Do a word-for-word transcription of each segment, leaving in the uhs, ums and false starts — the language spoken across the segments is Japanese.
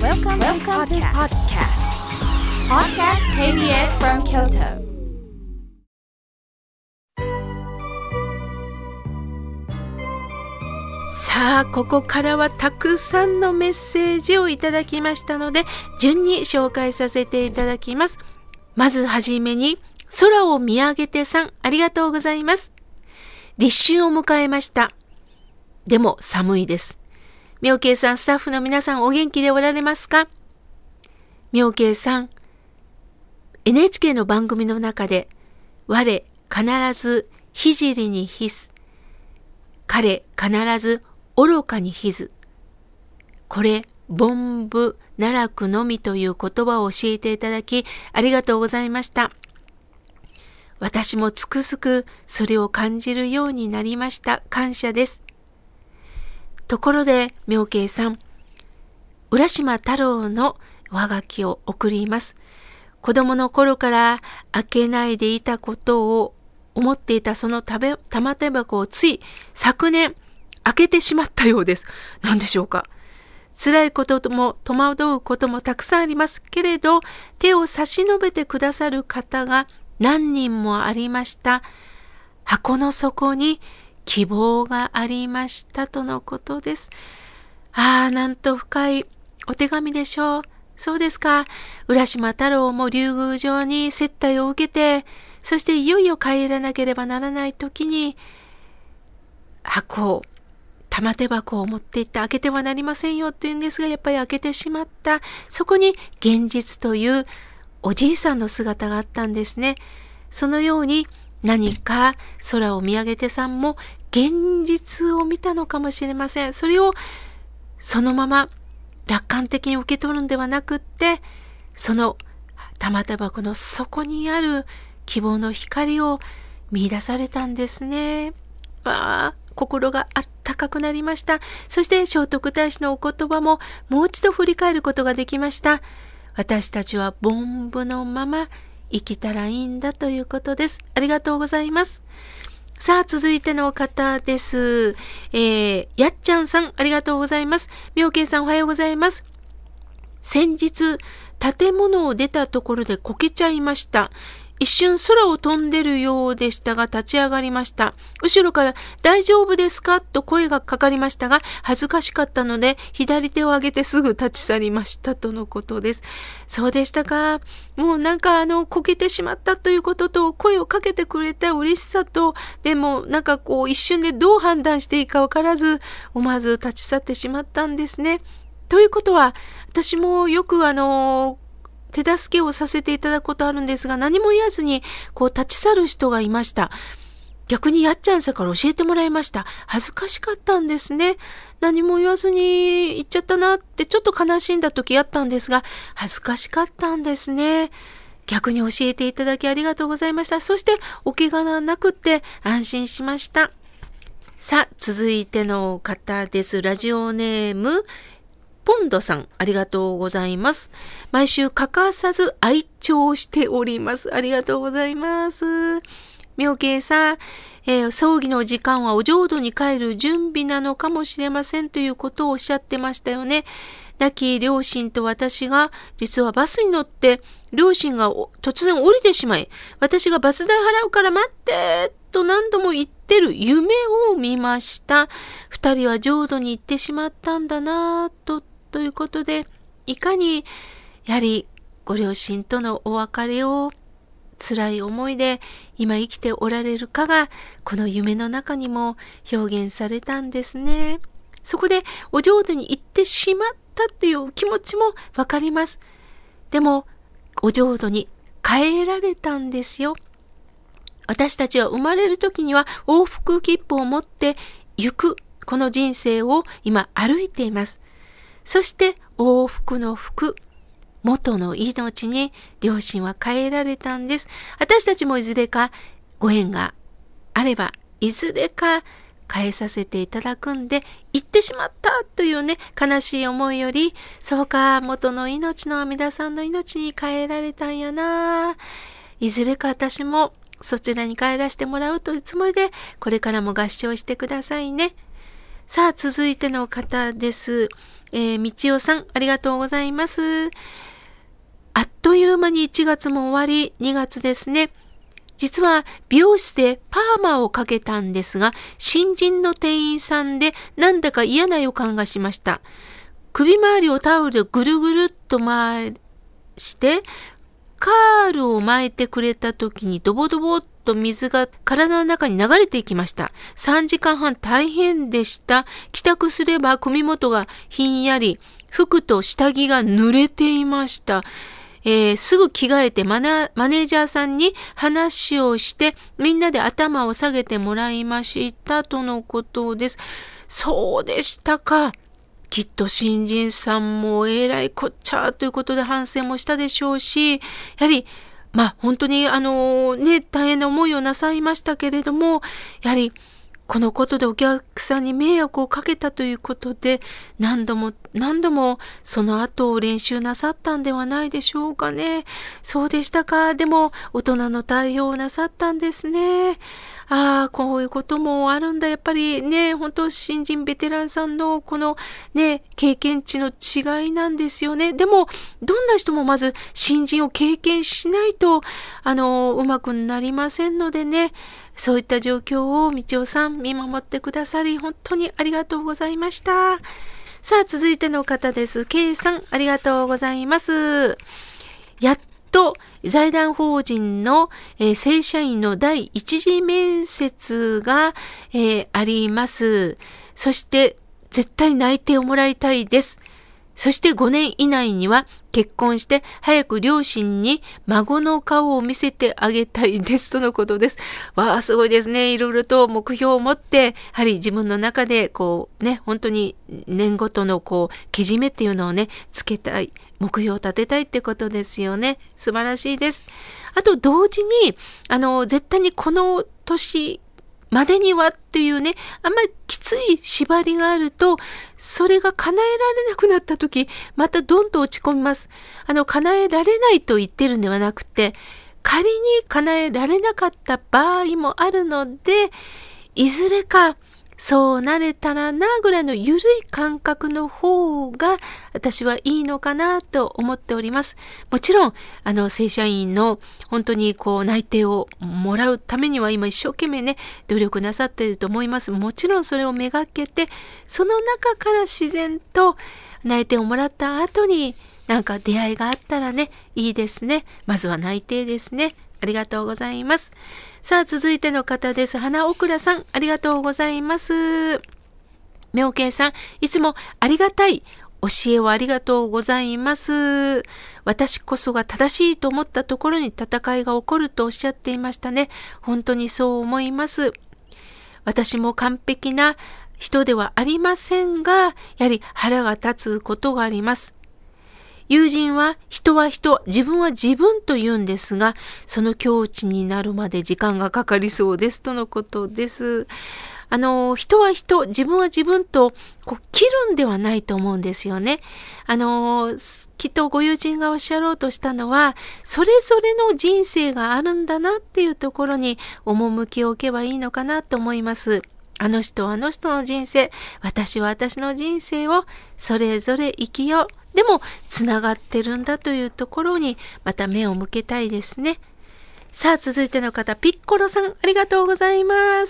Welcome, Welcome to podcast. Podcast ケービーエス from Kyoto. さあ、ここからはたくさんのメッセージをいただきましたので、順に紹介させていただきます。まずはじめに、空を見上げてさん、ありがとうございます。立春を迎えました。でも寒いです。妙慶さん、スタッフの皆さん、お元気でおられますか？妙慶さん、エヌエイチケー の番組の中で、我必ず聖に必す。彼必ず愚かに非ず。これ、凡夫奈落のみという言葉を教えていただき、ありがとうございました。私もつくづくそれを感じるようになりました。感謝です。ところで、妙慶さん、浦島太郎の和書きを送ります。子供の頃から開けないでいたことを思っていたそのたべ玉手箱をつい昨年開けてしまったようです。何でしょうか。辛いことも戸惑うこともたくさんありますけれど、手を差し伸べてくださる方が何人もありました。箱の底に希望がありましたとのことです。ああ、なんと深いお手紙でしょう。そうですか。浦島太郎も竜宮城に接待を受けて、そしていよいよ帰らなければならない時に、箱を、玉手箱を持って行って開けてはなりませんよって言うんですが、やっぱり開けてしまった。そこに現実というおじいさんの姿があったんですね。そのように何か空を見上げてさんも現実を見たのかもしれません。それをそのまま楽観的に受け取るんではなくって、その玉手箱の底にある希望の光を見出されたんですね。わあ、心があったかくなりました。そして聖徳太子のお言葉ももう一度振り返ることができました。私たちは凡夫のまま生きたらいいんだということです。ありがとうございます。さあ、続いての方です。えー、やっちゃんさん、ありがとうございます。妙慶さん、おはようございます。先日、建物を出たところでこけちゃいました。一瞬空を飛んでるようでしたが立ち上がりました。後ろから大丈夫ですかと声がかかりましたが、恥ずかしかったので左手を上げてすぐ立ち去りましたとのことです。そうでしたか。もうなんかあのこけてしまったということと声をかけてくれた嬉しさと、でもなんかこう一瞬でどう判断していいか分からず思わず立ち去ってしまったんですね。ということは私もよくあの手助けをさせていただくことあるんですが、何も言わずにこう立ち去る人がいました。逆にやっちゃんさんから教えてもらいました。恥ずかしかったんですね。何も言わずに行っちゃったなってちょっと悲しんだ時あったんですが、恥ずかしかったんですね。逆に教えていただきありがとうございました。そしてお怪我がなくって安心しました。さあ、続いての方です。ラジオネームポンドさん、ありがとうございます。毎週欠かさず愛聴しております。ありがとうございます。妙慶さん、えー、葬儀の時間はお浄土に帰る準備なのかもしれませんということをおっしゃってましたよね。亡き両親と私が実はバスに乗って両親が突然降りてしまい、私がバス代払うから待ってと何度も言ってる夢を見ました。二人は浄土に行ってしまったんだなぁとということで、いかにやはりご両親とのお別れを辛い思いで今生きておられるかがこの夢の中にも表現されたんですね。そこでお浄土に行ってしまったっていう気持ちもわかります。でもお浄土に帰られたんですよ。私たちは生まれる時には往復切符を持って行くこの人生を今歩いています。そして往復の福、元の命に両親は変えられたんです。私たちもいずれかご縁があれば、いずれか変えさせていただくんで、行ってしまったというね、悲しい思いより、そうか、元の命の阿弥陀さんの命に変えられたんやな。いずれか私もそちらに帰らせてもらうというつもりで、これからも合唱してくださいね。さあ、続いての方です。 えー、みちおさん、ありがとうございます。あっという間にいちがつも終わり、にがつですね。実は美容室でパーマをかけたんですが、新人の店員さんでなんだか嫌な予感がしました。首周りをタオルでぐるぐるっと回して、カールを巻いてくれた時にドボドボっと水が体の中に流れていきました。さんじかんはん大変でした。帰宅すれば首元がひんやり、服と下着が濡れていました。えー、すぐ着替えてマナ、マネージャーさんに話をしてみんなで頭を下げてもらいましたとのことです。そうでしたか。きっと新人さんもえらいこっちゃということで反省もしたでしょうし、やはりまあ本当にあのね大変な思いをなさいましたけれども、やはりこのことでお客さんに迷惑をかけたということで何度も何度もその後を練習なさったんではないでしょうかね。そうでしたか。でも大人の対応をなさったんですね。ああ、こういうこともあるんだ。やっぱりね、本当新人ベテランさんのこのね、経験値の違いなんですよね。でも、どんな人もまず新人を経験しないと、あの、うまくなりませんのでね、そういった状況をみちおさん見守ってくださり、本当にありがとうございました。さあ、続いての方です。K さん、ありがとうございます。やっと財団法人の、えー、正社員の第一次面接が、えー、あります。そして絶対内定をもらいたいです。そしてごねん以内には結婚して早く両親に孫の顔を見せてあげたいですとのことです。わあ、すごいですね。いろいろと目標を持って、やはり自分の中でこうね、本当に年ごとのこうけじめっていうのをね、つけたい。目標を立てたいってことですよね。素晴らしいです。あと同時に、あの、絶対にこの年までにはっていうね、あんまりきつい縛りがあると、それが叶えられなくなった時、またどんどん落ち込みます。あの、叶えられないと言ってるんではなくて、仮に叶えられなかった場合もあるので、いずれか、そうなれたらなぐらいの緩い感覚の方が私はいいのかなと思っております。もちろんあの正社員の本当にこう内定をもらうためには今一生懸命ね努力なさっていると思います。もちろんそれをめがけてその中から自然と内定をもらった後になんか出会いがあったらねいいですね。まずは内定ですね。ありがとうございます。さあ続いての方です。花オクラさん、ありがとうございます。妙慶さん、いつもありがたい教えをありがとうございます。私こそが正しいと思ったところに戦いが起こるとおっしゃっていましたね。本当にそう思います。私も完璧な人ではありませんが、やはり腹が立つことがあります。友人は人は人、自分は自分と言うんですが、その境地になるまで時間がかかりそうですとのことです。あの、人は人、自分は自分とこう切るんではないと思うんですよね。あの、きっとご友人がおっしゃろうとしたのは、それぞれの人生があるんだなっていうところに赴きを置けばいいのかなと思います。あの人はあの人の人生、私は私の人生をそれぞれ生きよう。でもつながってるんだというところにまた目を向けたいですね。さあ続いての方、ピッコロさん、ありがとうございます。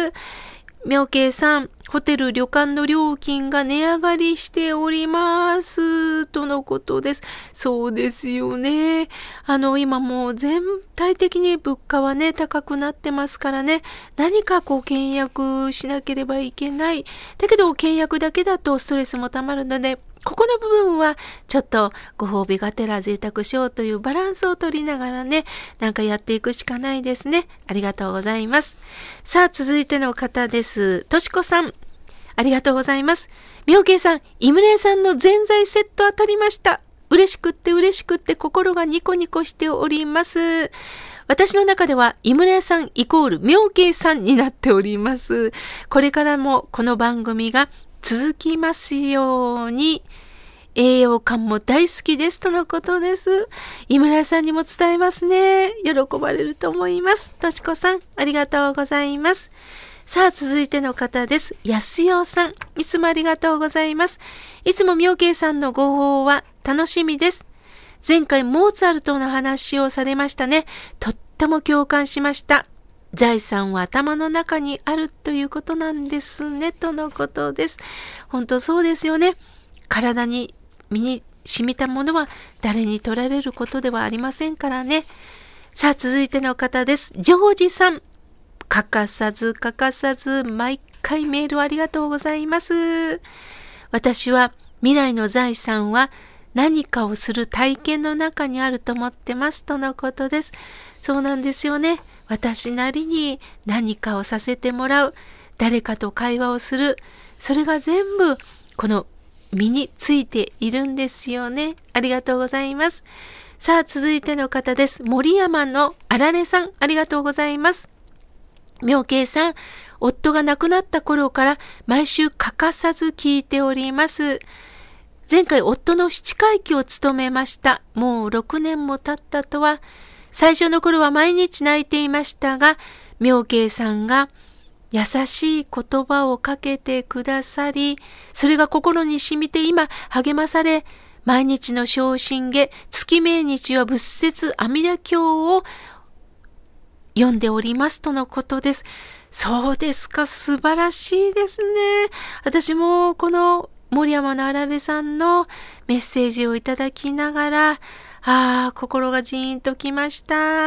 妙慶さん、ホテル旅館の料金が値上がりしておりますとのことです。そうですよね。あの今もう全体的に物価はね高くなってますからね、何かこう倹約しなければいけない。だけど倹約だけだとストレスもたまるので、ここの部分はちょっとご褒美がてら贅沢しようというバランスを取りながらね、なんかやっていくしかないですね。ありがとうございます。さあ続いての方です。としこさん、ありがとうございます。妙慶さん、イムレイさんのぜんざいセット当たりました。嬉しくって嬉しくって心がニコニコしております。私の中ではイムレイさんイコール妙慶さんになっております。これからもこの番組が続きますように。栄養感も大好きですとのことです。井村さんにも伝えますね。喜ばれると思います。としこさん、ありがとうございます。 さあ、続いての方です。安代さん。いつもありがとうございます。いつも妙慶さんのご報は楽しみです。前回モーツァルトの話をされましたね。とっても共感しました。財産は頭の中にあるということなんですね、とのことです。本当そうですよね。体に身に染みたものは誰に取られることではありませんからね。さあ、続いての方です。ジョージさん。欠かさず欠かさず毎回メールありがとうございます。私は未来の財産は何かをする体験の中にあると思ってますとのことです。そうなんですよね。私なりに何かをさせてもらう、誰かと会話をする、それが全部この身についているんですよね。ありがとうございます。さあ、続いての方です。森山のあられさん、ありがとうございます。妙慶さん、夫が亡くなった頃から毎週欠かさず聞いております。前回夫の七回忌を務めました。もうろくねんも経ったとは。最初の頃は毎日泣いていましたが、妙慶さんが優しい言葉をかけてくださり、それが心に染みて今励まされ、毎日の昇進下、月命日は仏説阿弥陀経を読んでおりますとのことです。そうですか、素晴らしいですね。私もこの森山のあられさんのメッセージをいただきながら、ああ、心がジーンときました。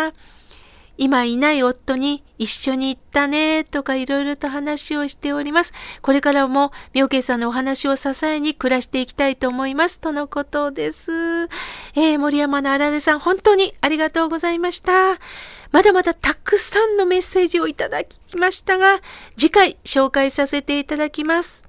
今いない夫に一緒に行ったねとかいろいろと話をしております。これからも妙慶さんのお話を支えに暮らしていきたいと思いますとのことです。えー、森山のあられさん、本当にありがとうございました。まだまだたくさんのメッセージをいただきましたが、次回紹介させていただきます。